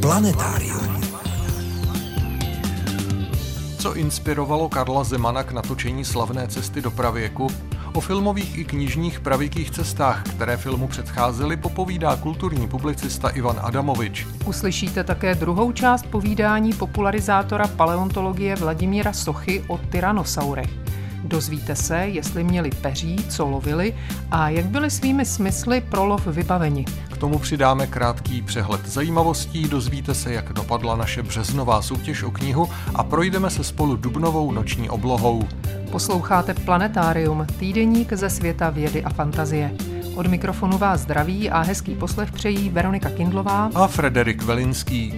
Planetárium. Co inspirovalo Karla Zemana k natočení Slavné cesty do pravěku? O filmových i knižních pravěkých cestách, které filmu předcházely, popovídá kulturní publicista Ivan Adamovič. Uslyšíte také druhou část povídání popularizátora paleontologie Vladimíra Sochy o tyranosaurech. Dozvíte se, jestli měli peří, co lovili a jak byli svými smysly pro lov vybaveni. K tomu přidáme krátký přehled zajímavostí, dozvíte se, jak dopadla naše březnová soutěž o knihu a projdeme se spolu dubnovou noční oblohou. Posloucháte Planetárium, týdeník ze světa vědy a fantazie. Od mikrofonu vás zdraví a hezký poslech přejí Veronika Kindlová a Frederik Velinský.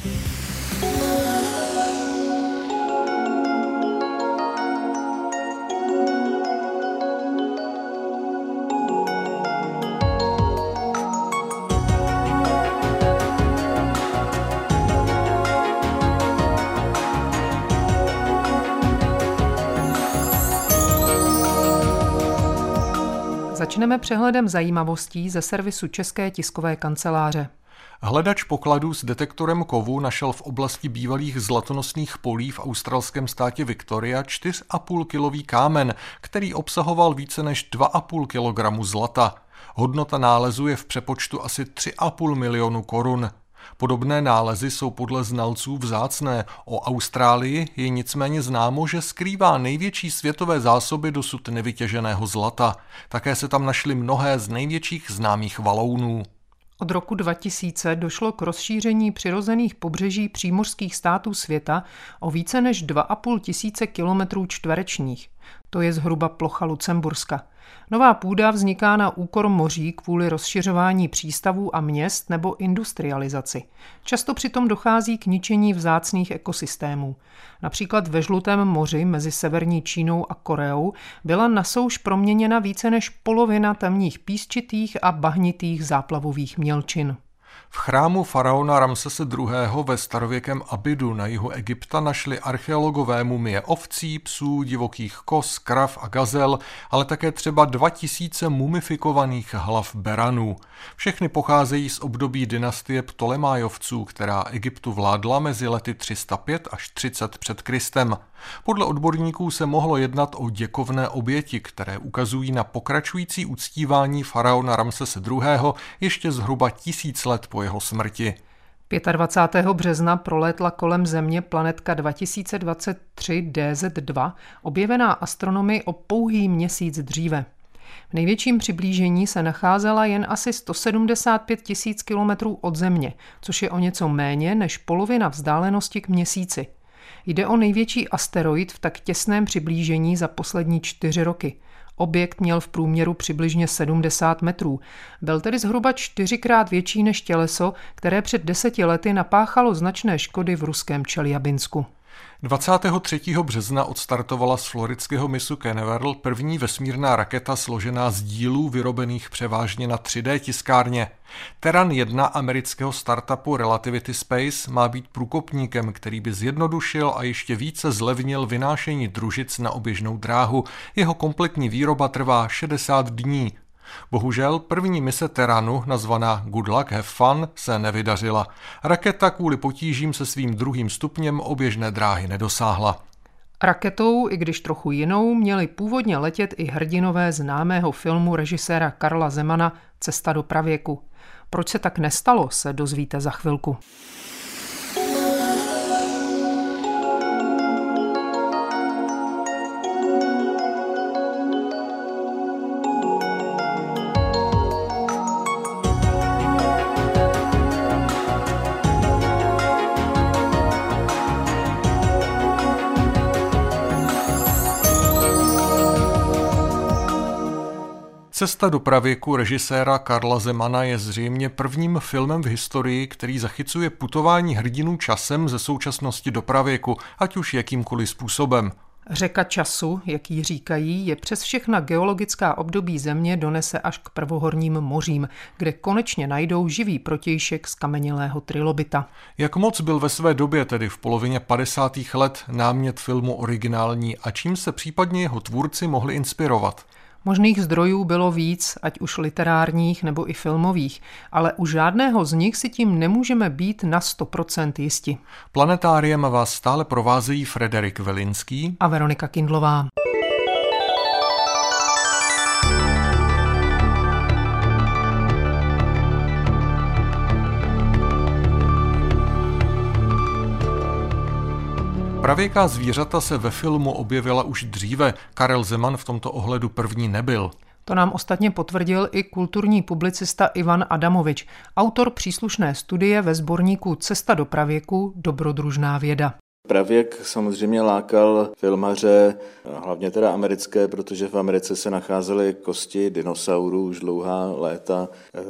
Začneme přehledem zajímavostí ze servisu České tiskové kanceláře. Hledač pokladů s detektorem kovů našel v oblasti bývalých zlatonosných polí v australském státě Victoria 4,5-kilový kámen, který obsahoval více než 2,5 kilogramu zlata. Hodnota nálezu je v přepočtu asi 3,5 milionu korun. Podobné nálezy jsou podle znalců vzácné. O Austrálii je nicméně známo, že skrývá největší světové zásoby dosud nevytěženého zlata. Také se tam našly mnohé z největších známých valounů. Od roku 2000 došlo k rozšíření přirozených pobřeží přímořských států světa o více než 2,5 tisíce kilometrů čtverečních. To je zhruba plocha Lucemburska. Nová půda vzniká na úkor moří kvůli rozšiřování přístavů a měst nebo industrializaci. Často přitom dochází k ničení vzácných ekosystémů. Například ve Žlutém moři mezi severní Čínou a Koreou byla na souš proměněna více než polovina tamních písčitých a bahnitých záplavových mělčin. V chrámu faraona Ramsese II. Ve starověkém Abidu na jihu Egypta našli archeologové mumie ovcí, psů, divokých koz, krav a gazel, ale také třeba 2000 mumifikovaných hlav beranů. Všechny pocházejí z období dynastie Ptolemájovců, která Egyptu vládla mezi lety 305 až 30 před Kristem. Podle odborníků se mohlo jednat o děkovné oběti, které ukazují na pokračující uctívání faraona Ramsese II. Ještě zhruba 1000 let po jeho smrti. 25. března prolétla kolem Země planetka 2023 DZ2, objevená astronomy o pouhý měsíc dříve. V největším přiblížení se nacházela jen asi 175 tisíc kilometrů od Země, což je o něco méně než polovina vzdálenosti k Měsíci. Jde o největší asteroid v tak těsném přiblížení za poslední 4 roky. Objekt měl v průměru přibližně 70 metrů. Byl tedy zhruba 4krát větší než těleso, které před 10 lety napáchalo značné škody v ruském Čeljabinsku. 23. března odstartovala z floridského mysu Canaveral první vesmírná raketa složená z dílů vyrobených převážně na 3D tiskárně. Terran 1 amerického startupu Relativity Space má být průkopníkem, který by zjednodušil a ještě více zlevnil vynášení družic na oběžnou dráhu. Jeho kompletní výroba trvá 60 dní. Bohužel první mise Terranu, nazvaná Good Luck Have Fun, se nevydařila. Raketa kvůli potížím se svým 2. stupněm oběžné dráhy nedosáhla. Raketou, i když trochu jinou, měli původně letět i hrdinové známého filmu režiséra Karla Zemana Cesta do pravěku. Proč se tak nestalo, se dozvíte za chvilku. Cesta do pravěku režiséra Karla Zemana je zřejmě prvním filmem v historii, který zachycuje putování hrdinů časem ze současnosti do pravěku, ať už jakýmkoliv způsobem. Řeka času, jak jí říkají, je přes všechna geologická období Země donese až k prvohorním mořím, kde konečně najdou živý protějšek zkamenělého trilobita. Jak moc byl ve své době, tedy v polovině 50. let, námět filmu originální a čím se případně jeho tvůrci mohli inspirovat? Možných zdrojů bylo víc, ať už literárních nebo i filmových, ale u žádného z nich si tím nemůžeme být na 100% jisti. Planetáriem vás stále provázejí Frederik Velinský a Veronika Kindlová. Pravěká zvířata se ve filmu objevila už dříve. Karel Zeman v tomto ohledu první nebyl. To nám ostatně potvrdil i kulturní publicista Ivan Adamovič, autor příslušné studie ve sborníku Cesta do pravěku, dobrodružná věda. Pravěk samozřejmě lákal filmaře, hlavně teda americké, protože v Americe se nacházely kosti dinosaurů už dlouhá léta.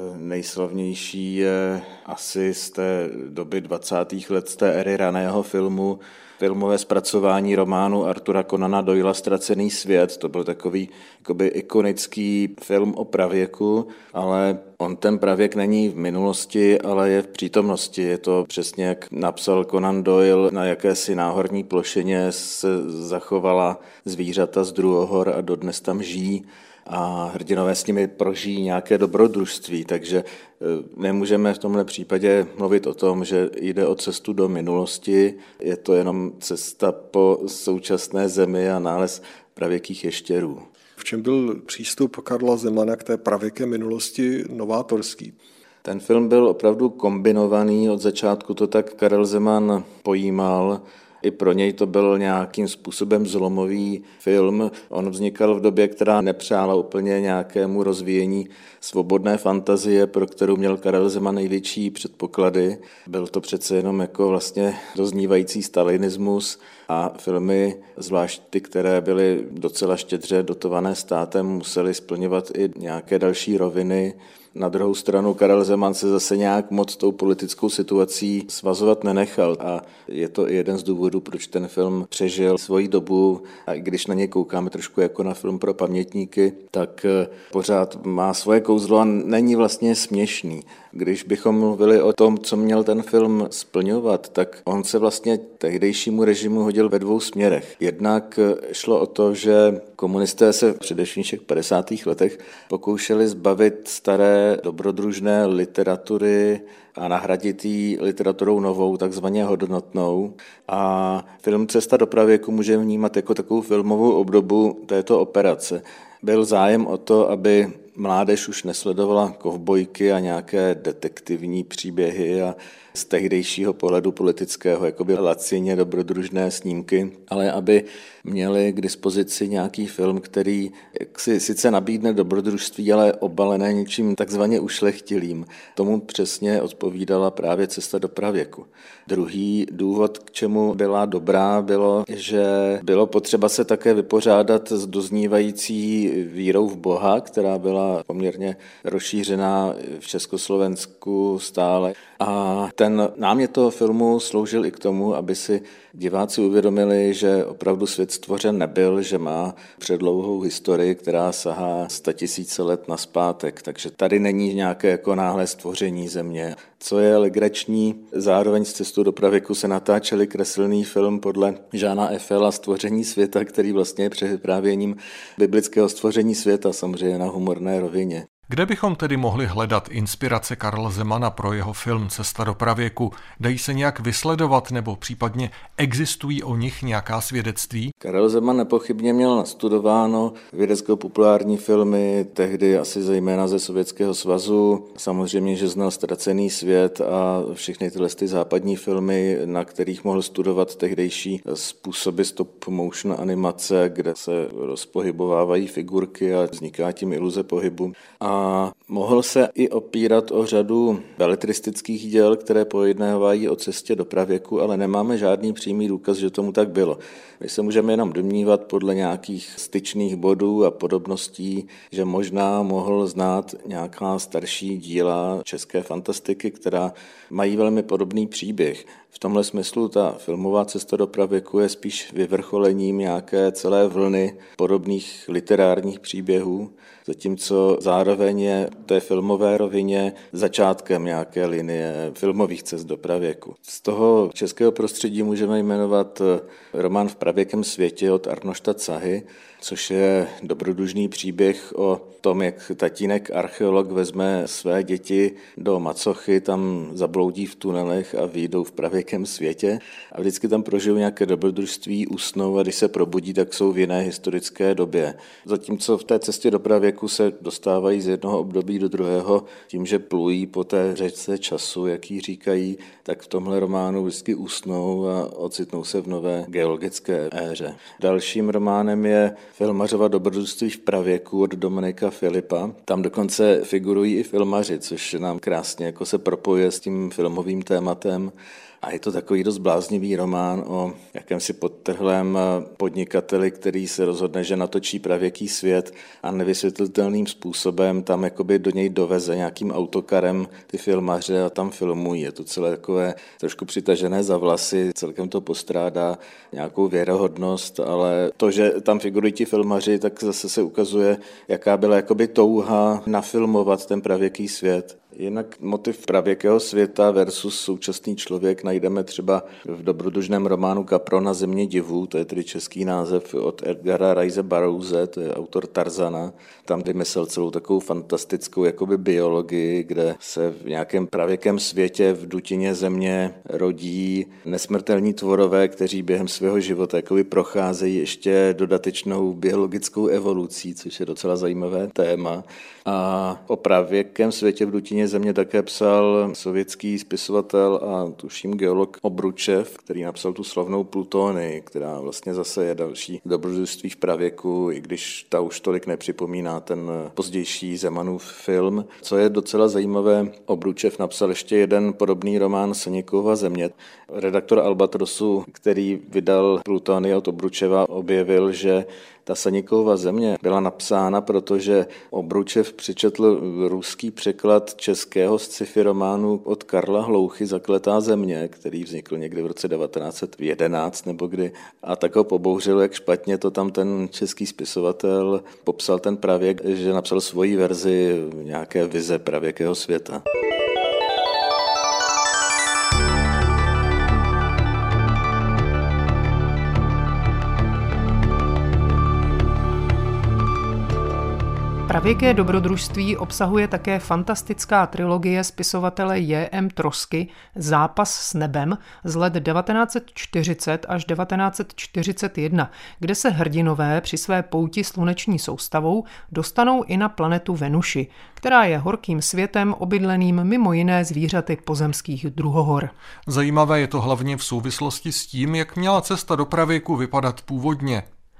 Nejslavnější je asi z té doby 20. let, z té éry raného filmu, filmové zpracování románu Artura Conana Doyla Ztracený svět. To byl takový jakoby ikonický film o pravěku, ale on ten pravěk není v minulosti, ale je v přítomnosti. Je to přesně, jak napsal Conan Doyle, na jakési náhorní plošině se zachovala zvířata z druhohor a dodnes tam žijí a hrdinové s nimi prožijí nějaké dobrodružství, takže nemůžeme v tomhle případě mluvit o tom, že jde o cestu do minulosti, je to jenom cesta po současné zemi a nález pravěkých ještěrů. V čem byl přístup Karla Zemana k té pravěké minulosti novátorský? Ten film byl opravdu kombinovaný, od začátku to tak Karel Zeman pojímal. I pro něj to byl nějakým způsobem zlomový film. On vznikal v době, která nepřála úplně nějakému rozvíjení svobodné fantazie, pro kterou měl Karel Zeman největší předpoklady. Byl to přece jenom jako vlastně doznívající stalinismus a filmy, zvlášť ty, které byly docela štědře dotované státem, musely splňovat i nějaké další roviny. Na druhou stranu Karel Zeman se zase nějak moc tou politickou situací svazovat nenechal a je to i jeden z důvodů, proč ten film přežil svoji dobu a i když na něj koukáme trošku jako na film pro pamětníky, tak pořád má svoje kouzlo a není vlastně směšný. Když bychom mluvili o tom, co měl ten film splňovat, tak on se vlastně tehdejšímu režimu hodil ve dvou směrech. Jednak šlo o to, že komunisté se především v těch 50. letech pokoušeli zbavit staré dobrodružné literatury a nahradit ji literaturou novou, takzvaně hodnotnou. A film Cesta do pravěku může vnímat jako takovou filmovou obdobu této operace. Byl zájem o to, aby mládež už nesledovala kovbojky a nějaké detektivní příběhy a z tehdejšího pohledu politického jakoby lacině dobrodružné snímky, ale aby měli k dispozici nějaký film, který si sice nabídne dobrodružství, ale obalené něčím takzvaně ušlechtilým. Tomu přesně odpovídala právě Cesta do pravěku. Druhý důvod, k čemu byla dobrá, bylo, že bylo potřeba se také vypořádat s doznívající vírou v Boha, která byla poměrně rozšířená v Československu stále. A ten námět toho filmu sloužil i k tomu, aby si diváci uvědomili, že opravdu svět stvořen nebyl, že má předlouhou historii, která sahá 100 000 let nazpátek, takže tady není nějaké jako náhlé stvoření země. Co je legrační, zároveň s Cestou do pravěku se natáčeli kreslný film podle Jeana Eiffela Stvoření světa, který vlastně je převyprávěním biblického stvoření světa, samozřejmě na humorné rovině. Kde bychom tedy mohli hledat inspirace Karla Zemana pro jeho film Cesta do pravěku? Dají se nějak vysledovat nebo případně existují o nich nějaká svědectví? Karel Zeman nepochybně měl nastudováno vědecko-populární filmy, tehdy asi zejména ze Sovětského svazu. Samozřejmě, že znal Ztracený svět a všechny tyhle západní filmy, na kterých mohl studovat tehdejší způsoby stop motion animace, kde se rozpohybovávají figurky a vzniká tím iluze pohybu. A mohl se i opírat o řadu beletristických děl, které pojednávají o cestě do pravěku, ale nemáme žádný přímý důkaz, že tomu tak bylo. My se můžeme jenom domnívat podle nějakých styčných bodů a podobností, že možná mohl znát nějaká starší díla české fantastiky, která mají velmi podobný příběh. V tomhle smyslu ta filmová Cesta do pravěku je spíš vyvrcholením nějaké celé vlny podobných literárních příběhů, zatímco zároveň zároveň je v té filmové rovině začátkem nějaké linie filmových cest do pravěku. Z toho českého prostředí můžeme jmenovat román V pravěkém světě od Arnošta Cahy, což je dobrodružný příběh o tom, jak tatínek archeolog vezme své děti do macochy, tam zabloudí v tunelech a vyjdou v pravěkém světě a vždycky tam prožijou nějaké dobrodružství, usnou a když se probudí, tak jsou v jiné historické době. Zatímco v té cestě do pravěku se dostávají z jednoho období do druhého tím, že plují po té řece času, jak jí říkají, tak v tomhle románu vždycky usnou a ocitnou se v nové geologické éře. Dalším románem je Filmařova dobrodružství v pravěku od Dominika Filipa. Tam dokonce figurují i filmaři, což nám krásně jako se propojuje s tím filmovým tématem. A je to takový dost bláznivý román o jakémsi podtrhlém podnikateli, který se rozhodne, že natočí pravěký svět a nevysvětlitelným způsobem tam jakoby do něj doveze nějakým autokarem ty filmaře a tam filmují. Je to celé takové trošku přitažené za vlasy, celkem to postrádá nějakou věrohodnost, ale to, že tam figurují ti filmaři, tak zase se ukazuje, jaká byla jakoby touha nafilmovat ten pravěký svět. Jinak motiv pravěkého světa versus současný člověk najdeme třeba v dobrodružném románu Kaprona Země divů, to je tedy český název od Edgara Rice Burroughse, to je autor Tarzana. Tam vymyslel celou takovou fantastickou jakoby biologii, kde se v nějakém pravěkém světě v dutině země rodí nesmrtelní tvorové, kteří během svého života jakoby procházejí ještě dodatečnou biologickou evolucí, což je docela zajímavé téma. A o pravěkém světě v dutině země také psal sovětský spisovatel a tuším geolog Obručev, který napsal tu slavnou Plutonii, která vlastně zase je další dobrodružství v pravěku, i když ta už tolik nepřipomíná ten pozdější Zemanův film. Co je docela zajímavé, Obručev napsal ještě jeden podobný román Seněkova země. Redaktor Albatrosu, který vydal Plutonii od Obručeva, objevil, že ta Seněkova země byla napsána, protože Obručev přečetl ruský překlad českého sci-fi románu od Karla Hlouchy Zakletá země, který vznikl někdy v roce 1911 nebo kdy. A tak ho pobouřilo, jak špatně to tam ten český spisovatel popsal ten pravěk, že napsal svoji verzi nějaké vize pravěkého světa. Pravěké dobrodružství obsahuje také fantastická trilogie spisovatele J.M. Trosky Zápas s nebem z let 1940 až 1941, kde se hrdinové při své pouti sluneční soustavou dostanou i na planetu Venuši, která je horkým světem obydleným mimo jiné zvířaty pozemských druhohor. Zajímavé je to hlavně v souvislosti s tím, jak měla cesta do pravěku vypadat původně.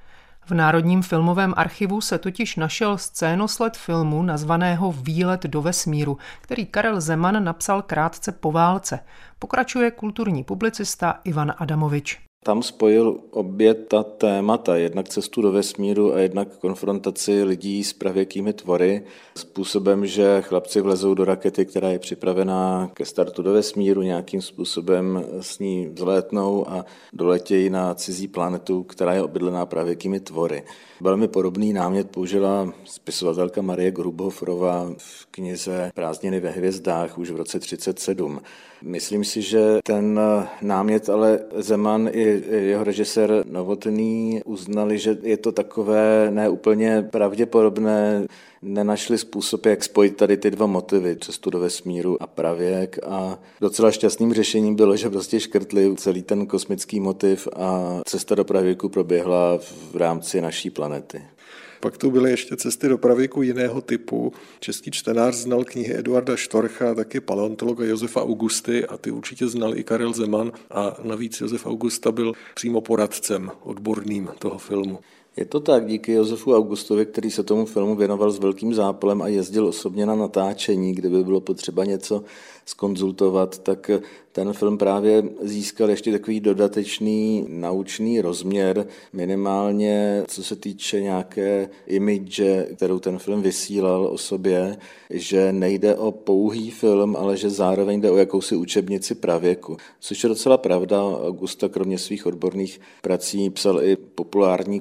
V Národním filmovém archivu se totiž našel scénosled filmu nazvaného Výlet do vesmíru, který Karel Zeman napsal krátce po válce. Pokračuje kulturní publicista Ivan Adamovič. Tam spojil obě ta témata, jednak cestu do vesmíru a jednak konfrontaci lidí s pravěkými tvory, způsobem, že chlapci vlezou do rakety, která je připravená ke startu do vesmíru, nějakým způsobem s ní vzlétnou a doletějí na cizí planetu, která je obydlená pravěkými tvory. Velmi podobný námět použila spisovatelka Marie Grubhoferová v knize Prázdniny ve hvězdách už v roce 1937. Myslím si, že ten námět ale Zeman i jeho režisér Novotný uznali, že je to takové neúplně pravděpodobné, nenašli způsob, jak spojit tady ty dva motivy, cestu do vesmíru a pravěk, a docela šťastným řešením bylo, že prostě škrtli celý ten kosmický motiv a cesta do pravěku proběhla v rámci naší planety. Pak tu byly ještě cesty do pravěku jiného typu. Český čtenář znal knihy Eduarda Štorcha, taky paleontologa Josefa Augusty, a ty určitě znal i Karel Zeman, a navíc Josef Augusta byl přímo poradcem odborným toho filmu. Je to tak, díky Josefu Augustovi, který se tomu filmu věnoval s velkým zápalem a jezdil osobně na natáčení, kdyby bylo potřeba něco zkonzultovat, tak ten film právě získal ještě takový dodatečný naučný rozměr, minimálně co se týče nějaké image, kterou ten film vysílal o sobě, že nejde o pouhý film, ale že zároveň jde o jakousi učebnici pravěku. Což je docela pravda. Augusta kromě svých odborných prací psal i populární knížky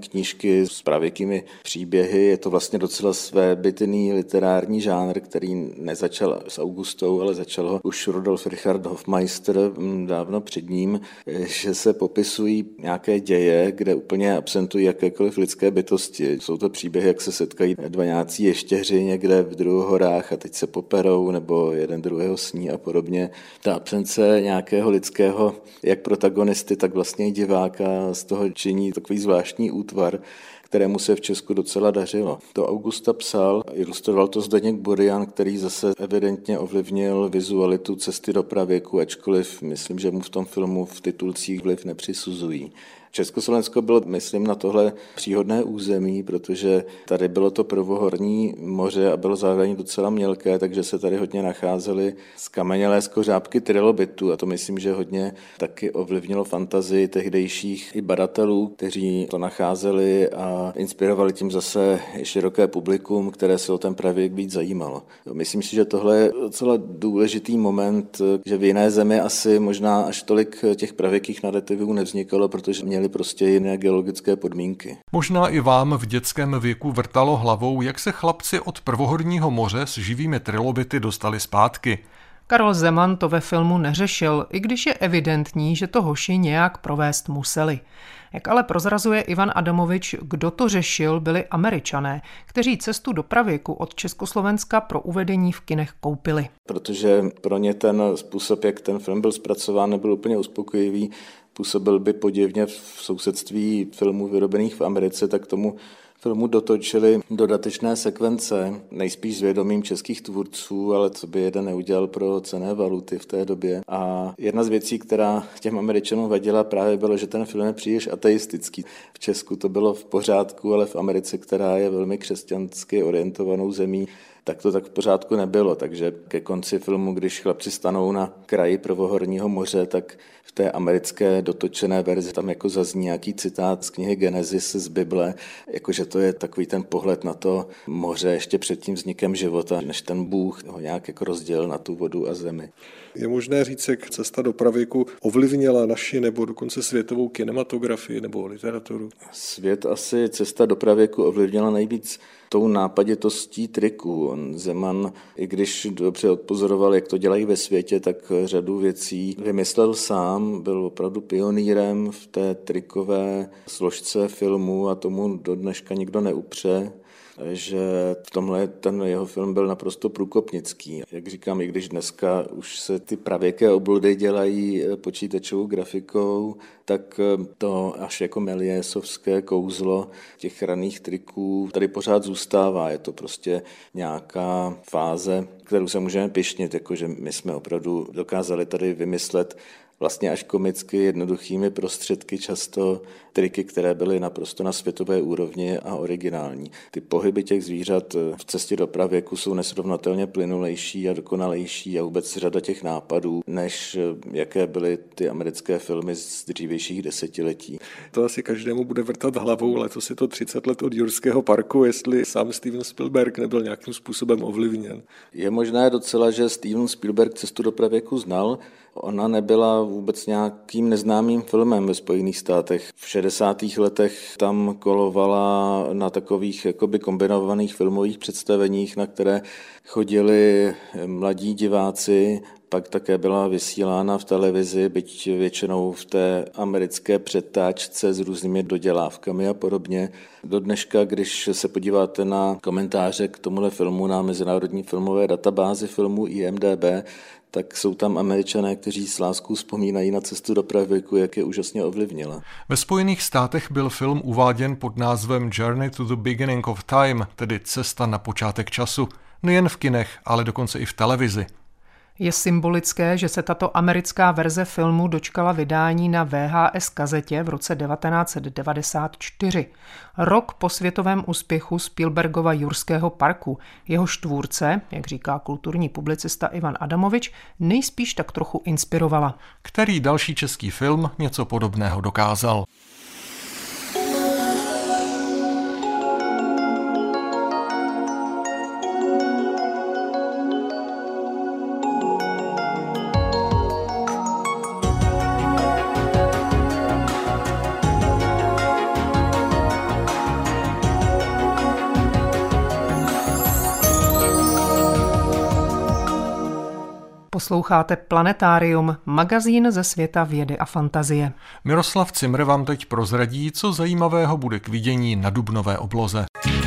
knížky s pravěkými příběhy. Je to vlastně docela svébytný literární žánr, který nezačal s Augustou, ale začal ho už Rudolf Richard Hofmeister dávno před ním, že se popisují nějaké děje, kde úplně absentují jakékoliv lidské bytosti. Jsou to příběhy, jak se setkají dva nějací ještěři někde v Druhohorách a teď se poperou, nebo jeden druhého sní a podobně. Ta absence nějakého lidského, jak protagonisty, tak vlastně i diváka, z toho činí takový zvláštní útvar, kterému se v Česku docela dařilo. To Augusta psal, ilustroval to Zdeněk Burian, který zase evidentně ovlivnil vizualitu Cesty do pravěku, ačkoliv myslím, že mu v tom filmu v titulcích vliv nepřisuzují. Československo bylo, myslím, na tohle příhodné území, protože tady bylo to prvohorní moře a bylo zároveň docela mělké, takže se tady hodně nacházely skamenělé skořápky trilobitu a to myslím, že hodně taky ovlivnilo fantazii tehdejších i badatelů, kteří to nacházeli a inspirovali tím zase široké publikum, které se o ten pravěk víc zajímalo. Myslím si, že tohle je docela důležitý moment, že v jiné zemi asi možná až tolik těch pravěkých narativů nevznikalo, protože měli prostě jiné geologické podmínky. Možná i vám v dětském věku vrtalo hlavou, jak se chlapci od prvohorního moře s živými trilobity dostali zpátky. Karel Zeman to ve filmu neřešil, i když je evidentní, že to hoši nějak provést museli. Jak ale prozrazuje Ivan Adamovič, kdo to řešil, byli Američané, kteří cestu do pravěku od Československa pro uvedení v kinech koupili. Protože pro ně ten způsob, jak ten film byl zpracován, nebyl úplně uspokojivý. Působil by podivně v sousedství filmů vyrobených v Americe, tak tomu filmu dotočili dodatečné sekvence, nejspíš s vědomím českých tvůrců, ale co by jeden neudělal pro cenné valuty v té době. A jedna z věcí, která těm Američanům vadila, právě bylo, že ten film je příliš ateistický. V Česku to bylo v pořádku, ale v Americe, která je velmi křesťansky orientovanou zemí, tak to tak v pořádku nebylo, takže ke konci filmu, když chlapci stanou na kraji prvohorního moře, tak v té americké dotočené verzi tam jako zazní nějaký citát z knihy Genesis z Bible, jakože to je takový ten pohled na to moře ještě před tím vznikem života, než ten Bůh ho nějak jako rozdělil na tu vodu a zemi. Je možné říct, jak Cesta do pravěku ovlivnila naši nebo dokonce světovou kinematografii nebo literaturu? Svět asi Cesta do pravěku ovlivnila nejvíc tou nápaditostí triků. Zeman, i když dobře odpozoroval, jak to dělají ve světě, tak řadu věcí vymyslel sám, byl opravdu pionýrem v té trikové složce filmu a tomu do dneška nikdo neupře, že v tomhle ten jeho film byl naprosto průkopnický. Jak říkám, i když dneska už se ty pravěké obludy dělají počítačovou grafikou, tak to až jako Mélièsovské kouzlo těch raných triků tady pořád zůstává. Je to prostě nějaká fáze, kterou se můžeme pyšnit, jakože my jsme opravdu dokázali tady vymyslet vlastně až komicky jednoduchými prostředky, často triky, které byly naprosto na světové úrovni a originální. Ty pohyby těch zvířat v Cestě do pravěku jsou nesrovnatelně plynulejší a dokonalejší a vůbec řada těch nápadů, než jaké byly ty americké filmy z dřívějších desetiletí. To asi každému bude vrtat hlavou, letos je to 30 let od Jurského parku, jestli sám Steven Spielberg nebyl nějakým způsobem ovlivněn. Je možné docela, že Steven Spielberg Cestu do pravěku znal. Ona nebyla vůbec nějakým neznámým filmem ve Spojených státech. V 60. letech tam kolovala na takových jakoby kombinovaných filmových představeních, na které chodili mladí diváci, pak také byla vysílána v televizi, byť většinou v té americké přetáčce s různými dodělávkami a podobně. Do dneška, když se podíváte na komentáře k tomuhle filmu na mezinárodní filmové databázi filmů IMDb, tak jsou tam Američané, kteří s láskou vzpomínají na Cestu do pravěku, jak je úžasně ovlivnila. Ve Spojených státech byl film uváděn pod názvem Journey to the Beginning of Time, tedy Cesta na počátek času. Nejen v kinech, ale dokonce i v televizi. Je symbolické, že se tato americká verze filmu dočkala vydání na VHS kazetě v roce 1994. Rok po světovém úspěchu Spielbergova Jurského parku. Jehož tvůrce, jak říká kulturní publicista Ivan Adamovič, nejspíš tak trochu inspirovala. Který další český film něco podobného dokázal? Posloucháte Planetárium, magazín ze světa vědy a fantazie. Miroslav Cimr vám teď prozradí, co zajímavého bude k vidění na dubnové obloze.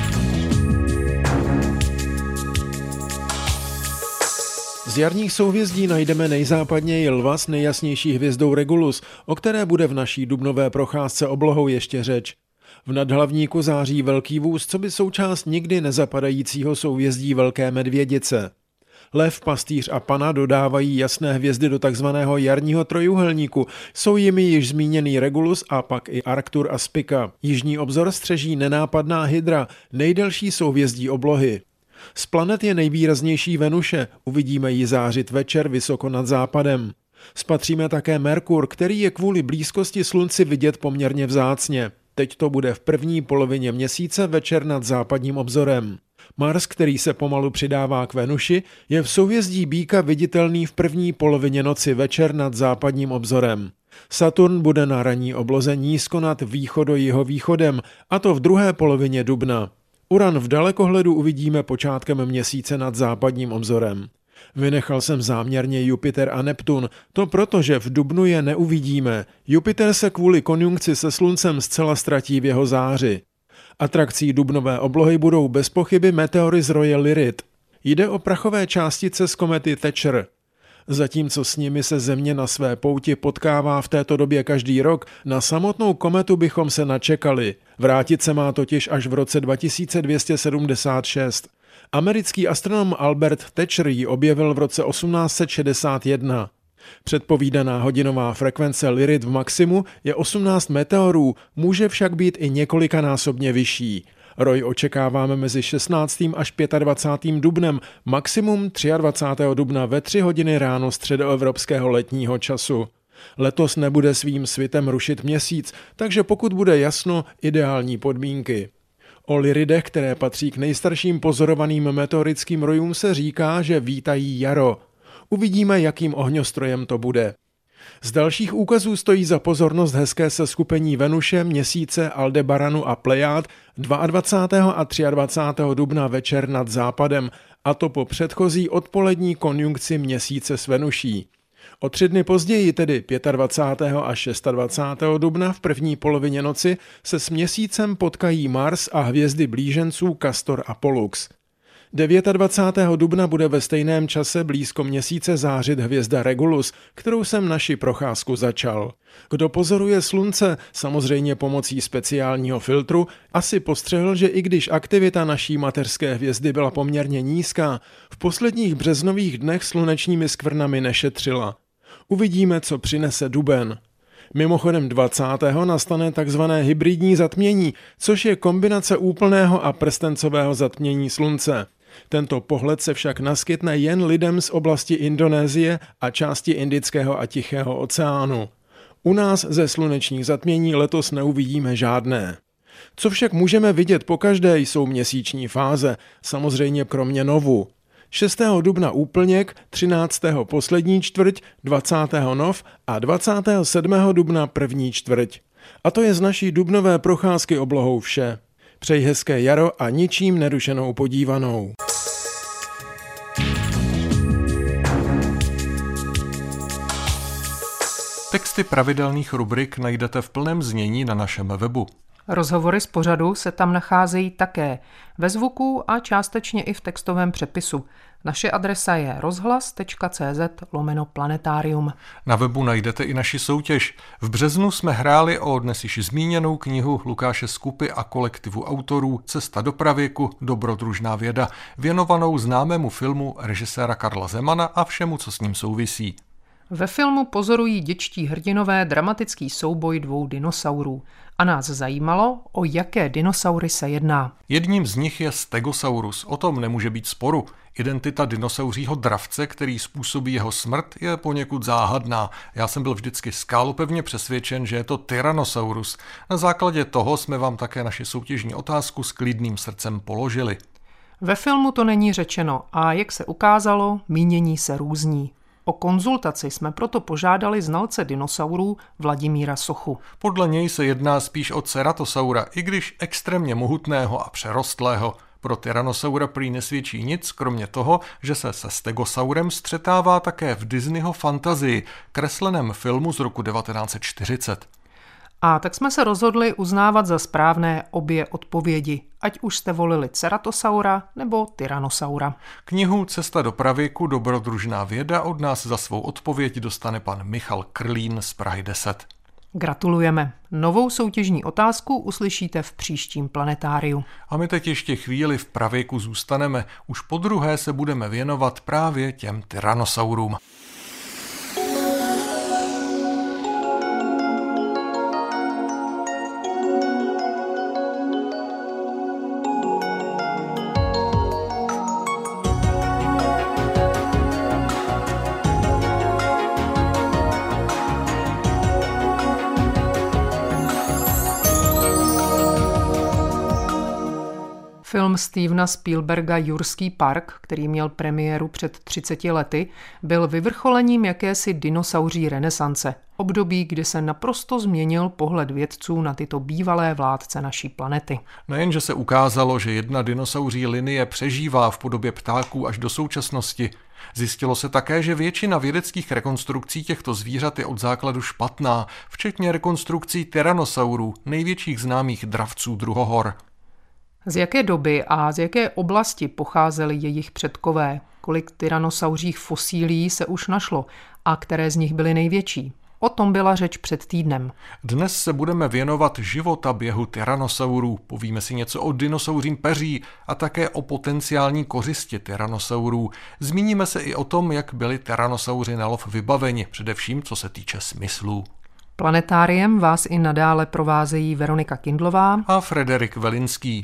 Z jarních souhvězdí najdeme nejzápadněji Lva s nejjasnější hvězdou Regulus, o které bude v naší dubnové procházce oblohou ještě řeč. V nadhlavníku září Velký vůz, coby součást nikdy nezapadajícího souhvězdí Velké medvědice. Lev, Pastýř a Pana dodávají jasné hvězdy do takzvaného jarního trojúhelníku. Jsou jimi již zmíněný Regulus a pak i Arctur a Spica. Jižní obzor střeží nenápadná Hydra, nejdelší souhvězdí oblohy. Z planet je nejvýraznější Venuše, uvidíme ji zářit večer vysoko nad západem. Spatříme také Merkur, který je kvůli blízkosti Slunci vidět poměrně vzácně. Teď to bude v první polovině měsíce večer nad západním obzorem. Mars, který se pomalu přidává k Venuši, je v souhvězdí Býka viditelný v první polovině noci večer nad západním obzorem. Saturn bude na ranní obloze nízko nad východo-jihovýchodem, a to v druhé polovině dubna. Uran v dalekohledu uvidíme počátkem měsíce nad západním obzorem. Vynechal jsem záměrně Jupiter a Neptun, to proto, že v dubnu je neuvidíme. Jupiter se kvůli konjunkci se Sluncem zcela ztratí v jeho záři. Atrakcí dubnové oblohy budou bez pochyby meteory z roje Lyrid. Jde o prachové částice z komety Thatcher. Zatímco s nimi se Země na své pouti potkává v této době každý rok, na samotnou kometu bychom se načekali. Vrátit se má totiž až v roce 2276. Americký astronom Albert Thatcher ji objevil v roce 1861. Předpovídaná hodinová frekvence Lyrid v maximu je 18 meteorů, může však být i několikanásobně vyšší. Roj očekáváme mezi 16. až 25. dubnem, maximum 23. dubna ve 3 hodiny ráno středoevropského letního času. Letos nebude svým svitem rušit měsíc, takže pokud bude jasno, ideální podmínky. O Lyridech, které patří k nejstarším pozorovaným meteorickým rojům, se říká, že vítají jaro. Uvidíme, jakým ohňostrojem to bude. Z dalších úkazů stojí za pozornost hezké seskupení Venuše, Měsíce, Aldebaranu a Plejád 22. a 23. dubna večer nad západem, a to po předchozí odpolední konjunkci Měsíce s Venuší. O 3 dny později, tedy 25. a 26. dubna v první polovině noci, se s Měsícem potkají Mars a hvězdy blíženců Castor a Pollux. 29. dubna bude ve stejném čase blízko Měsíce zářit hvězda Regulus, kterou jsem naši procházku začal. Kdo pozoruje Slunce, samozřejmě pomocí speciálního filtru, asi postřehl, že i když aktivita naší mateřské hvězdy byla poměrně nízká, v posledních březnových dnech slunečními skvrnami nešetřila. Uvidíme, co přinese duben. Mimochodem 20. nastane takzvané hybridní zatmění, což je kombinace úplného a prstencového zatmění Slunce. Tento pohled se však naskytne jen lidem z oblasti Indonésie a části Indického a Tichého oceánu. U nás ze slunečních zatmění letos neuvidíme žádné. Co však můžeme vidět pokaždé, jsou měsíční fáze, samozřejmě kromě novu. 6. dubna úplněk, 13. poslední čtvrť, 20. nov a 27. dubna první čtvrť. A to je z naší dubnové procházky oblohou vše. Přeji hezké jaro a ničím nerušenou podívanou. Texty pravidelných rubrik najdete v plném znění na našem webu. Rozhovory z pořadu se tam nacházejí také ve zvuku a částečně i v textovém přepisu. Naše adresa je rozhlas.cz/planetarium. Na webu najdete i naši soutěž. V březnu jsme hráli o dnes již zmíněnou knihu Lukáše Skupy a kolektivu autorů Cesta do pravěku, dobrodružná věda, věnovanou známému filmu režiséra Karla Zemana a všemu, co s ním souvisí. Ve filmu pozorují dětští hrdinové dramatický souboj 2 dinosaurů. A nás zajímalo, o jaké dinosaury se jedná. Jedním z nich je Stegosaurus, o tom nemůže být sporu. Identita dinosauřího dravce, který způsobí jeho smrt, je poněkud záhadná. Já jsem byl vždycky skálopevně přesvědčen, že je to Tyrannosaurus. Na základě toho jsme vám také naši soutěžní otázku s klidným srdcem položili. Ve filmu to není řečeno a jak se ukázalo, mínění se různí. O konzultaci jsme proto požádali znalce dinosaurů Vladimíra Sochu. Podle něj se jedná spíš o Ceratosaura, i když extrémně mohutného a přerostlého. Pro Tyrannosaura prý nesvědčí nic, kromě toho, že se stegosaurem střetává také v Disneyho Fantazii, kresleném filmu z roku 1940. A tak jsme se rozhodli uznávat za správné obě odpovědi, ať už jste volili Ceratosaura nebo Tyrannosaura. Knihu Cesta do pravěku, dobrodružná věda od nás za svou odpověď dostane pan Michal Krlín z Prahy 10. Gratulujeme. Novou soutěžní otázku uslyšíte v příštím planetáriu. A my teď ještě chvíli v pravěku zůstaneme. Už podruhé se budeme věnovat právě těm tyrannosaurům. Film Stevena Spielberga Jurský park, který měl premiéru před 30 lety, byl vyvrcholením jakési dinosauří renesance, období, kdy se naprosto změnil pohled vědců na tyto bývalé vládce naší planety. Nejenže se ukázalo, že jedna dinosauří linie přežívá v podobě ptáků až do současnosti, zjistilo se také, že většina vědeckých rekonstrukcí těchto zvířat je od základu špatná, včetně rekonstrukcí tyrannosaurů, největších známých dravců druhohor. Z jaké doby a z jaké oblasti pocházeli jejich předkové? Kolik tyrannosauřích fosílií se už našlo a které z nich byly největší? O tom byla řeč před týdnem. Dnes se budeme věnovat životaběhu tyrannosaurů. Povíme si něco o dinosauřím peří a také o potenciální kořisti tyrannosaurů. Zmíníme se i o tom, jak byli tyrannosauři na lov vybaveni, především co se týče smyslů. Planetáriem vás i nadále provázejí Veronika Kindlová a Frederik Velinský.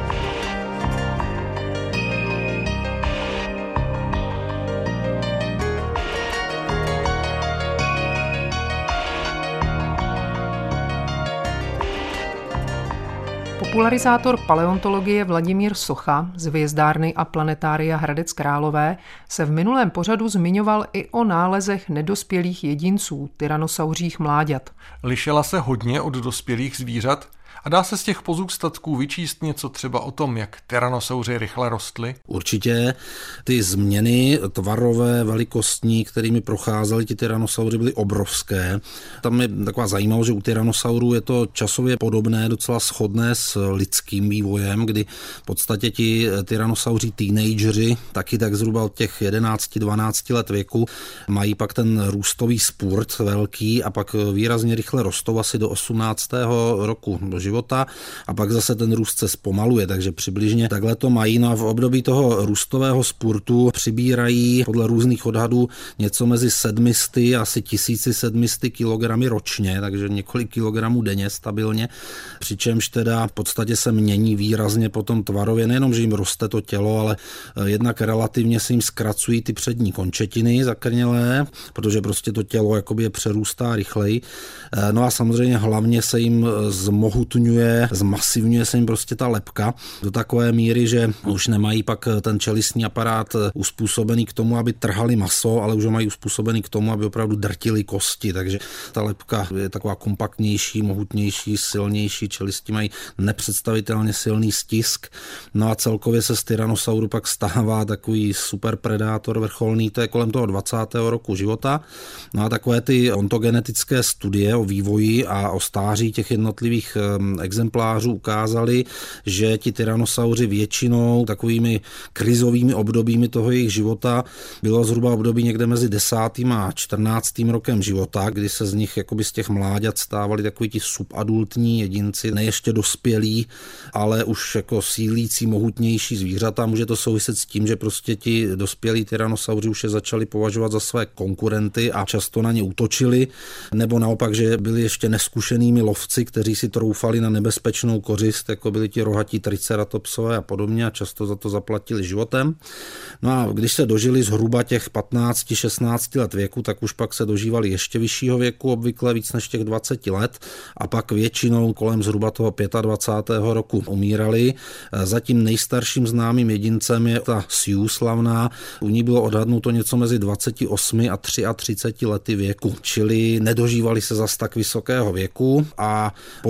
Popularizátor paleontologie Vladimír Socha z Hvězdárny a planetária Hradec Králové se v minulém pořadu zmiňoval i o nálezech nedospělých jedinců, tyrannosauřích mláďat. Lišila se hodně od dospělých zvířat? A dá se z těch pozůstatků vyčíst něco třeba o tom, jak tyrannosauři rychle rostli? Určitě ty změny tvarové, velikostní, kterými procházeli ti tyrannosauři, byly obrovské. Tam je taková zajímavost, že u tyrannosaurů je to časově podobné, docela shodné s lidským vývojem, kdy v podstatě ti tyrannosauři teenageři, taky tak zhruba od těch 11-12 let věku, mají pak ten růstový spurt velký a pak výrazně rychle rostou asi do 18. roku života a pak zase ten růst se zpomaluje, takže přibližně takhle to mají. No a v období toho růstového spurtu přibírají podle různých odhadů něco mezi 700 a asi 1700 kilogramy ročně, takže několik kilogramů denně stabilně, přičemž teda v podstatě se mění výrazně potom tvarově, nejenom, že jim roste to tělo, ale jednak relativně se jim zkracují ty přední končetiny zakrnělé, protože prostě to tělo jakoby je přerůstá rychleji. No a samozřejmě hlavně se jim zmasivňuje se jim prostě ta lebka do takové míry, že už nemají pak ten čelistní aparát uspůsobený k tomu, aby trhali maso, ale už ho mají uspůsobený k tomu, aby opravdu drtili kosti, takže ta lebka je taková kompaktnější, mohutnější, silnější, čelisti mají nepředstavitelně silný stisk. No a celkově se z tyrannosauru pak stává takový super predátor vrcholný, to je kolem toho 20. roku života. No a takové ty ontogenetické studie o vývoji a o stáří těch jednotlivých exemplářů ukázali, že ti tyrannosauři většinou takovými krizovými obdobími toho jejich života bylo zhruba období někde mezi 10. a 14. rokem života, kdy se z nich jakoby z těch mláďat stávali takový ti subadultní jedinci, neještě dospělí, ale už jako sílící, mohutnější zvířata. Může to souviset s tím, že prostě ti dospělí tyrannosauři už je začali považovat za své konkurenty a často na ně útočili, nebo naopak, že byli ještě neskušenými lovci, kteří si troufali na nebezpečnou kořist, jako byli ti rohatí triceratopsové a podobně a často za to zaplatili životem. No a když se dožili zhruba těch 15-16 let věku, tak už pak se dožívali ještě vyššího věku, obvykle víc než těch 20 let a pak většinou kolem zhruba toho 25. roku umírali. Zatím nejstarším známým jedincem je ta Sioux slavná. U ní bylo odhadnuto něco mezi 28 a 33 lety věku, čili nedožívali se zas tak vysokého věku a po dosažení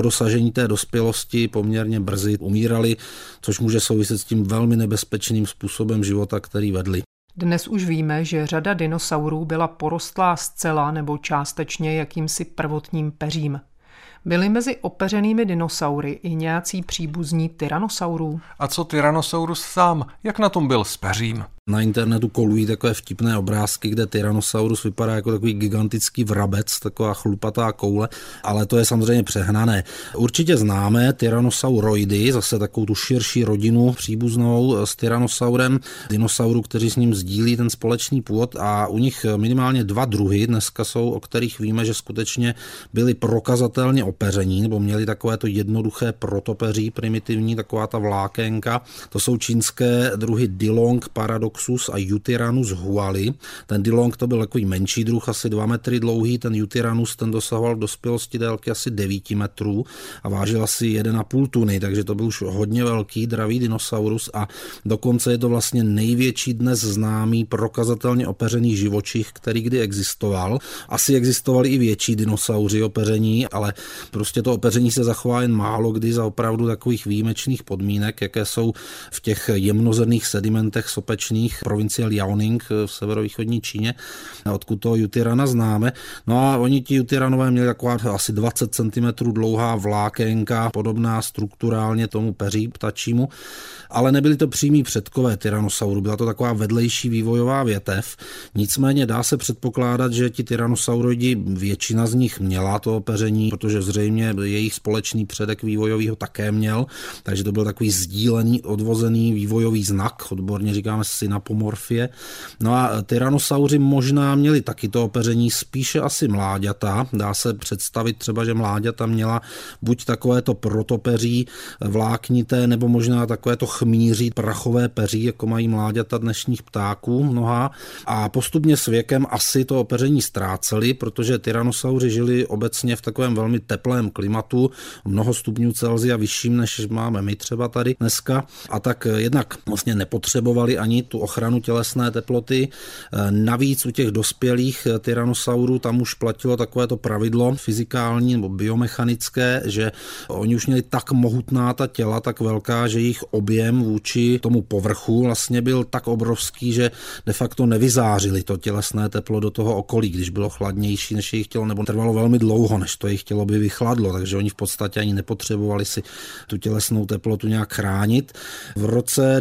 dosažení té dospělosti poměrně brzy umírali, což může souviset s tím velmi nebezpečným způsobem života, který vedli. Dnes už víme, že řada dinosaurů byla porostlá zcela nebo částečně jakýmsi prvotním peřím. Byli mezi opeřenými dinosaury i nějací příbuzní tyrannosaurů? A co Tyrannosaurus sám? Jak na tom byl s peřím? Na internetu kolují takové vtipné obrázky, kde Tyrannosaurus vypadá jako takový gigantický vrabec, taková chlupatá koule, ale to je samozřejmě přehnané. Určitě známe tyrannosauroidy, zase takovou tu širší rodinu příbuznou s tyrannosaurem, dinosaurů, kteří s ním sdílí ten společný původ, a u nich minimálně 2 druhy dneska jsou, o kterých víme, že skutečně byli prokazatelně opeření, nebo měli takové to jednoduché protopeří primitivní, taková ta vlákénka. To jsou čínské druhy Dilong paradoxus a Yutyrannus huali. Ten Dilong to byl takový menší druh, asi 2 metry dlouhý, ten Yutyrannus ten dosahoval v dospělosti délky asi 9 metrů a vážil asi 1,5 tuny, takže to byl už hodně velký, dravý dinosaurus a dokonce je to vlastně největší dnes známý prokazatelně opeřený živočich, který kdy existoval. Asi existovali i větší dinosauři opeření, ale prostě to opeření se zachová jen málo kdy za opravdu takových výjimečných podmínek, jaké jsou v těch jemnozrnných sedimentech sopečných provincie Liaoning v severovýchodní Číně, odkud toho Yutyrana známe. No a oni ti Yutyranové měli taková asi 20 cm dlouhá vlákénka, podobná strukturálně tomu peří ptačímu, ale nebyli to přímí předkové tyrannosaurů, byla to taková vedlejší vývojová větev. Nicméně dá se předpokládat, že ti tyrannosauroidi, většina z nich měla to opeření, protože zřejmě jejich společný předek vývojový ho také měl, takže to byl takový sdílený, odvozený vývojový znak, odborně říkáme synapomorfie. No a tyrannosauři možná měli taky to opeření, spíše asi mláďata. Dá se představit třeba, že mláďata měla buď takovéto protopeří vláknité, nebo možná takovéto chmíří prachové peří, jako mají mláďata dnešních ptáků mnoha. A postupně s věkem asi to opeření ztráceli, protože tyrannosauři žili obecně v takovém velmi teplém klimatu, mnoho stupňů Celsia vyšším, než máme my třeba tady dneska. A tak jednak vlastně nepotřebovali ani tu ochranu tělesné teploty. Navíc u těch dospělých tyrannosaurů tam už platilo takovéto pravidlo fyzikální nebo biomechanické, že oni už měli tak mohutná ta těla, tak velká, že jejich objem vůči tomu povrchu vlastně byl tak obrovský, že de facto nevyzářili to tělesné teplo do toho okolí, když bylo chladnější než jejich tělo, nebo trvalo velmi dlouho, než to jejich tělo by vychladlo, takže oni v podstatě ani nepotřebovali si tu tělesnou teplotu nějak chránit. V roce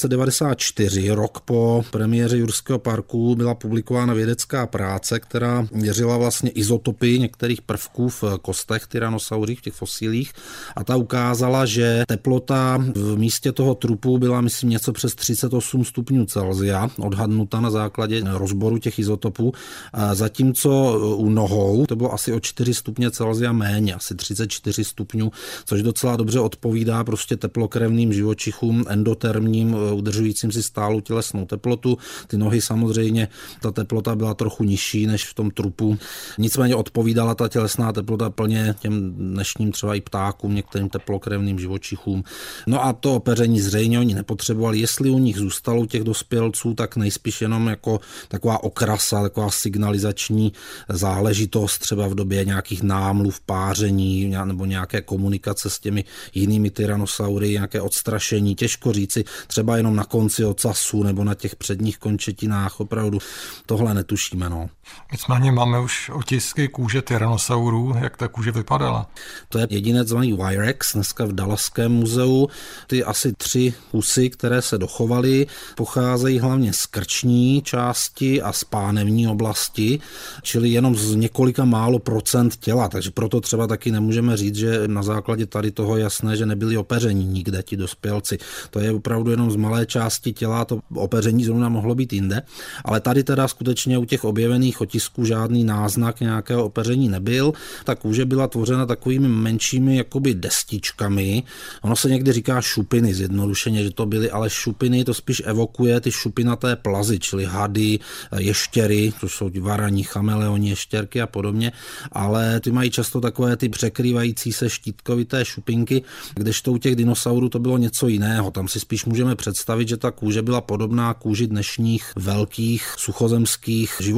1994, rok po premiéře Jurského parku, byla publikována vědecká práce, která měřila vlastně izotopy některých prvků v kostech tyrannosaurích, v těch fosílích, a ta ukázala, že teplota v místě toho trupu byla, myslím, něco přes 38 stupňů Celsia, odhadnuta na základě rozboru těch izotopů, zatímco u nohou to bylo asi o 4 stupně Celsia méně, asi 34 stupňů, což docela dobře odpovídá prostě teplokrevným živočichům, endotermním, udržujícím si stálou tělesnou teplotu. Ty nohy samozřejmě, ta teplota byla trochu nižší než v tom trupu. Nicméně odpovídala ta tělesná teplota plně těm dnešním třeba i ptákům, některým teplokrevným živočichům. No a to opeření zřejmě oni nepotřebovali. Jestli u nich zůstalo těch dospělců, tak nejspíš jenom jako taková okrasa, taková signalizační záležitost třeba v době nějakých námluv, páření nebo nějaké komunikace s těmi jinými tyrannosaury, nějaké odstrašení, těžko říci, třeba jenom na konci ocasu nebo na těch předních končetinách, opravdu tohle netušíme. No. Nicméně máme už otisky kůže tyrannosaurů, jak ta kůže vypadala. To je jedinec zvaný Wyrex, dneska v Dallaském muzeu. Ty asi 3 kusy, které se dochovaly, pocházejí hlavně z krční části a z pánevní oblasti, čili jenom z několika málo procent těla, takže proto třeba taky nemůžeme říct, že na základě tady toho je jasné, že nebyli opeření nikde ti dospělci. To je opravdu jenom z malé části těla, to opeření zrovna mohlo být jinde, ale tady teda skutečně u těch objevených otisků žádný náznak nějakého opeření nebyl. Ta kůže byla tvořena takovými menšími jakoby destičkami. Ono se někdy říká šupiny zjednodušeně, že to byly, ale šupiny to spíš evokuje ty šupinaté plazy, čili hady, ještěry, což jsou varaní, chameleoni, ještěrky a podobně, ale ty mají často takové ty překrývající se štítkovité šupinky, kdežto u těch dinosaurů to bylo něco jiného. Tam si spíš můžeme představit, že ta kůže byla podobná kůži dnešních velkých suchozemských živočichů, jak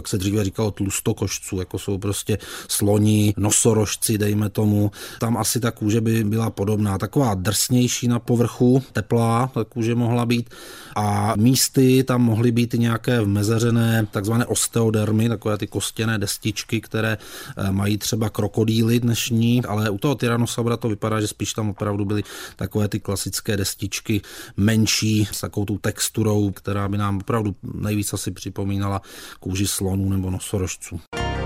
jak se dříve říkalo, tlustokošců, jako jsou prostě sloni, nosorožci, dejme tomu. Tam asi ta kůže by byla podobná, taková drsnější na povrchu, teplá ta kůže mohla být a místy tam mohly být i nějaké vmezeřené takzvané osteodermy, takové ty kostěné destičky, které mají třeba krokodýly dnešní, ale u toho Tyrannosaura to vypadá, že spíš tam opravdu byly takové ty klasické destičky menší s takovou tou texturou, která by nám opravdu nejvíc asi připomínala kůži slonů nebo nosorožců.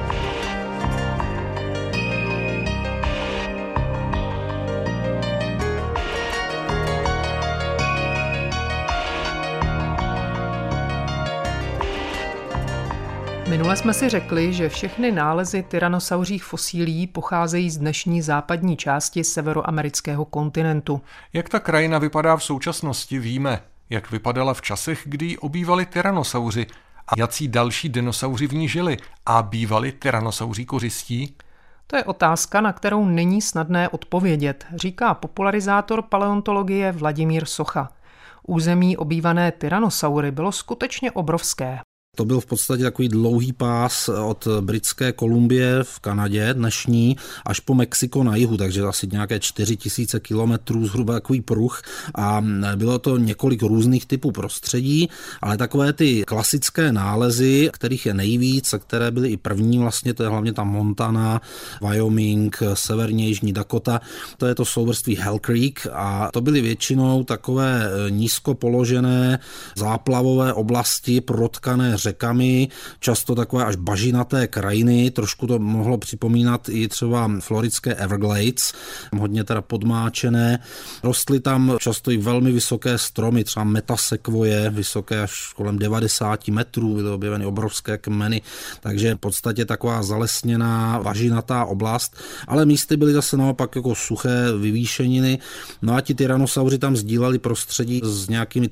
Minule jsme si řekli, že všechny nálezy tyrannosauřích fosílií pocházejí z dnešní západní části severoamerického kontinentu. Jak ta krajina vypadá v současnosti, víme. Jak vypadala v časech, kdy ji obývali tyrannosauři a jací další dinosauři v ní žili a bývali tyrannosauří kořistí? To je otázka, na kterou není snadné odpovědět, říká popularizátor paleontologie Vladimír Socha. Území obývané tyrannosaury bylo skutečně obrovské. To byl v podstatě takový dlouhý pás od Britské Kolumbie v Kanadě dnešní až po Mexiko na jihu, takže asi nějaké 4000 kilometrů, zhruba takový pruh a bylo to několik různých typů prostředí, ale takové ty klasické nálezy, kterých je nejvíc a které byly i první vlastně, to je hlavně ta Montana, Wyoming, severní Jižní Dakota, to je to souvrství Hell Creek a to byly většinou takové nízko položené záplavové oblasti protkané řekami, často takové až bažinaté krajiny, trošku to mohlo připomínat i třeba floridské Everglades, hodně teda podmáčené. Rostly tam často i velmi vysoké stromy, třeba metasekvoje, vysoké až kolem 90 metrů, byly objeveny obrovské kmeny, takže v podstatě taková zalesněná bažinatá oblast, ale místy byly zase naopak jako suché vyvýšeniny. No a ti tyrannosauři tam sdíleli prostředí s nějakými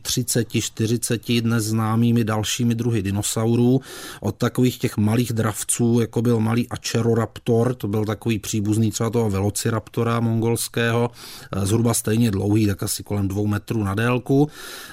30-40 dnes známými dalšími druhy dinosaurů, od takových těch malých dravců, jako byl malý Acheroraptor, to byl takový příbuzný třeba toho Velociraptora mongolského, zhruba stejně dlouhý, tak asi kolem 2 metrů na délku.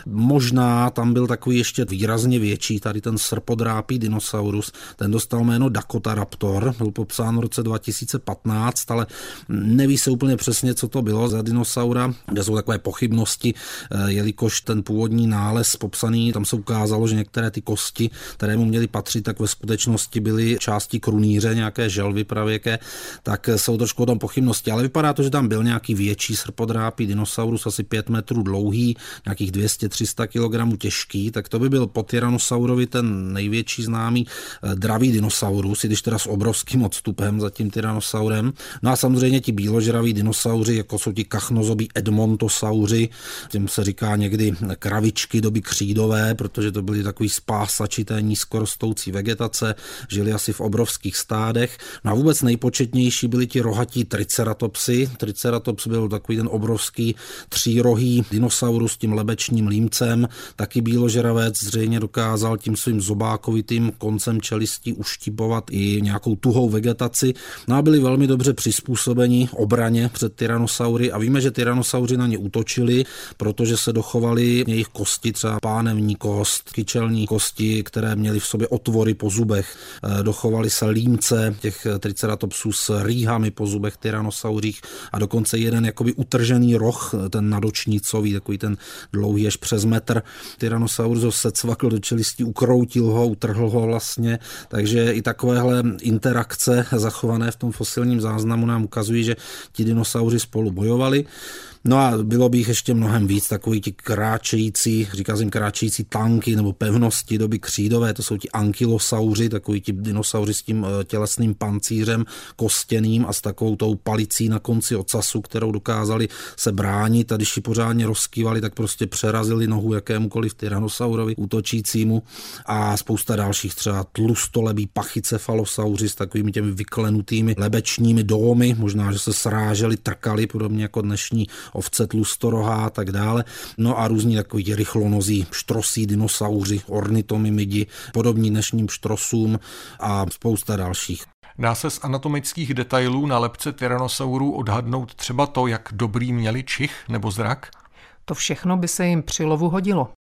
Možná tam byl takový ještě výrazně větší, tady ten srpodrápý dinosaurus, ten dostal jméno Dakotaraptor, byl popsán v roce 2015, ale neví se úplně přesně, co to bylo za dinosaura, kde jsou takové pochybnosti, jelikož ten původní nález popsaný, tam se ukázalo, že některé ty kosti, které mu měly patřit, tak ve skutečnosti byly části krunýře, nějaké želvy pravěké, tak jsou trošku o tom pochybnosti, ale vypadá to, že tam byl nějaký větší srpodrápý dinosaurus, asi 5 metrů dlouhý, nějakých 200-300 kg těžký, tak to by byl po Tyrannosaurovi ten největší známý dravý dinosaurus, i když teda s obrovským odstupem za tím Tyrannosaurem. No a samozřejmě ti bíložraví dinosauři, jako jsou ti kachnozobí edmontosauři, těm se říká někdy kravičky doby křídové, protože to byly takový spásači té nízkorostoucí vegetace, žili asi v obrovských stádech. No a vůbec nejpočetnější byli ti rohatí triceratopsy. Triceratops byl takový ten obrovský třírohý dinosaurus s tím lebečním límcem, taky bíložravec, zřejmě dokázal tím svým zobákovitým koncem čelistí uštípovat i nějakou tuhou vegetaci. No a byli velmi dobře přizpůsobeni obraně před tyrannosaury a víme, že tyrannosauři na ně útočili, protože se dochovaly jejich kosti, třeba pánevní kost, kyčelní kosti, které měly v sobě otvory po zubech. Dochovaly se límce těch triceratopsů s rýhami po zubech tyrannosaurích a dokonce jeden jakoby utržený roh, ten nadočnicový, takový ten dlouhý až přes metr. Tyrannosaurus ho secvakl do čelistí, ukroutil ho, utrhl ho vlastně, takže i takovéhle interakce zachované v tom fosilním záznamu nám ukazují, že ti dinosauři spolu bojovali. No a bylo by jich ještě mnohem víc, takový ti kráčející, říká se jim kráčející tanky nebo pevnosti doby křídové, to jsou ti ankylosauři, takový ti dinosauři s tím tělesným pancířem kostěným a s takovou tou palicí na konci ocasu, kterou dokázali se bránit a když ji pořádně rozkývali, tak prostě přerazili nohu jakémukoliv tyrannosaurovi útočícímu a spousta dalších, třeba tlustolebí pachycephalosauři s takovými těmi vyklenutými lebečními domy, možná, že se sráželi, trkali, podobně jako dnešní ovce tlustorohá a tak dále. No a různí takový ti rychlonozí štrosí dinosauři, ornitomimidi, podobní dnešním štrosům a spousta dalších. Dá se z anatomických detailů na lebce tyrannosaurů odhadnout třeba to, jak dobrý měli čich nebo zrak? To všechno by se jim při lovu hodilo.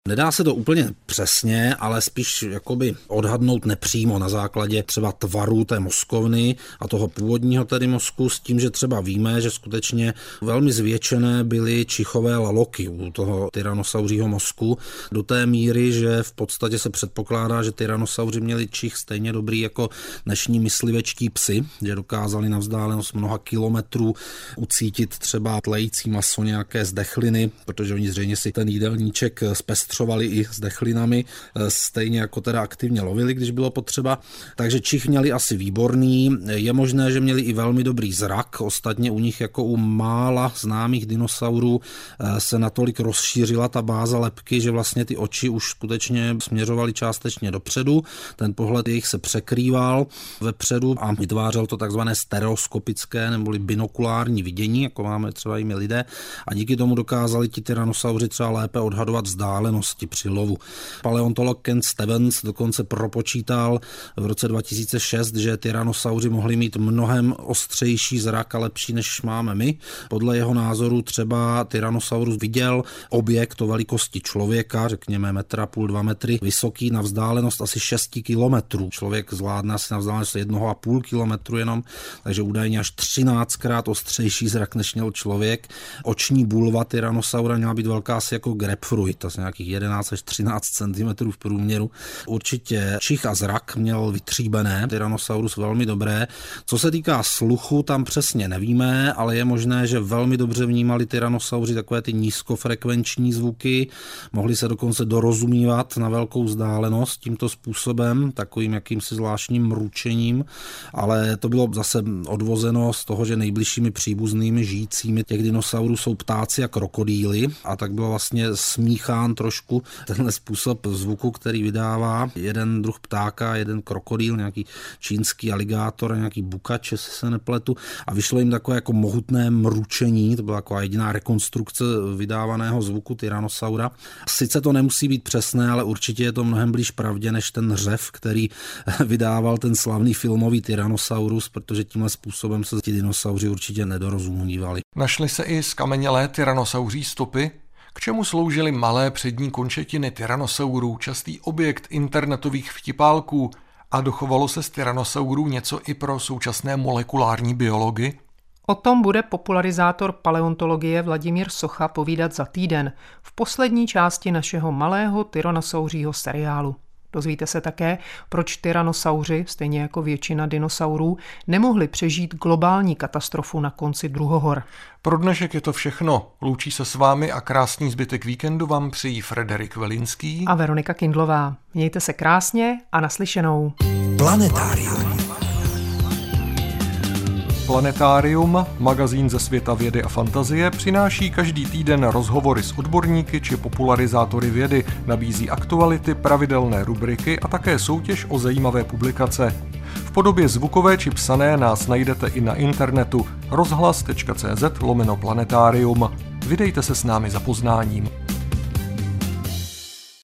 Nedá se to úplně přesně, ale spíš jakoby odhadnout nepřímo na základě třeba tvaru té mozkovny a toho původního tedy mozku, s tím, že třeba víme, že skutečně velmi zvětšené byly čichové laloky u toho tyrannosauřího mozku do té míry, že v podstatě se předpokládá, že tyrannosauři měli čich stejně dobrý jako dnešní myslivečtí psy, že dokázali na vzdálenost mnoha kilometrů ucítit třeba tlející maso nějaké zdechliny, protože oni zřejmě si ten jídelníček zpestřovali i s dechlinami, stejně jako teda aktivně lovili, když bylo potřeba. Takže čich měli asi výborný. Je možné, že měli i velmi dobrý zrak. Ostatně u nich jako u mála známých dinosaurů se natolik rozšířila ta báza lebky, že vlastně ty oči už skutečně směřovaly částečně dopředu. Ten pohled jejich se překrýval vepředu a vytvářel to takzvané stereoskopické neboli binokulární vidění, jako máme třeba i my lidé. A díky tomu dokázali ti tyrannosauři třeba lépe odhadovat vzdálenosti při lovu. Paleontolog Ken Stevens dokonce propočítal v roce 2006, že tyrannosauři mohli mít mnohem ostřejší zrak a lepší, než máme my. Podle jeho názoru třeba tyrannosaurus viděl objekt o velikosti člověka, řekněme 1,5 2 metry, vysoký na vzdálenost asi 6 kilometrů. Člověk zvládne asi na vzdálenost 1,5 kilometru jenom, takže údajně až 13krát ostřejší zrak, než měl člověk. Oční bulva tyrannosaura měla být velká asi jako grapefruit, asi nějakých 11 až 13 cm v průměru. Určitě čich a zrak měl vytříbené, Tyrannosaurus velmi dobré. Co se týká sluchu, tam přesně nevíme, ale je možné, že velmi dobře vnímali tyrannosauři takové ty nízkofrekvenční zvuky, mohli se dokonce dorozumívat na velkou vzdálenost tímto způsobem, takovým jakýmsi zvláštním mručením, ale to bylo zase odvozeno z toho, že nejbližšími příbuznými žijícími těch dinosaurů jsou ptáci a krokodýly, a tak bylo vlastně smíchán trošku tenhle způsob zvuku, který vydává jeden druh ptáka, jeden krokodýl, nějaký čínský aligátor a nějaký bukač, jestli se nepletu, a vyšlo jim takové jako mohutné mručení, to byla taková jediná rekonstrukce vydávaného zvuku tyrannosaura. Sice to nemusí být přesné, ale určitě je to mnohem blíž pravdě než ten řev, který vydával ten slavný filmový Tyrannosaurus, protože tímhle způsobem se ti dinosauři určitě nedorozumívali. Našly se i zkamenělé tyrannosauří stopy? K čemu sloužily malé přední končetiny tyrannosaurů, častý objekt internetových vtipálků, a dochovalo se z tyrannosaurů něco i pro současné molekulární biology? O tom bude popularizátor paleontologie Vladimír Socha povídat za týden v poslední části našeho malého tyrannosauřího seriálu. Dozvíte se také, proč tyrannosauři, stejně jako většina dinosaurů, nemohli přežít globální katastrofu na konci druhohor. Pro dnešek je to všechno. Loučí se s vámi a krásný zbytek víkendu vám přejí Frederik Velinský a Veronika Kindlová. Mějte se krásně a naslyšenou. Planetárium. Planetárium, magazín ze světa vědy a fantazie, přináší každý týden rozhovory s odborníky či popularizátory vědy, nabízí aktuality, pravidelné rubriky a také soutěž o zajímavé publikace. V podobě zvukové či psané nás najdete i na internetu rozhlas.cz/planetárium. Vydejte se s námi za poznáním.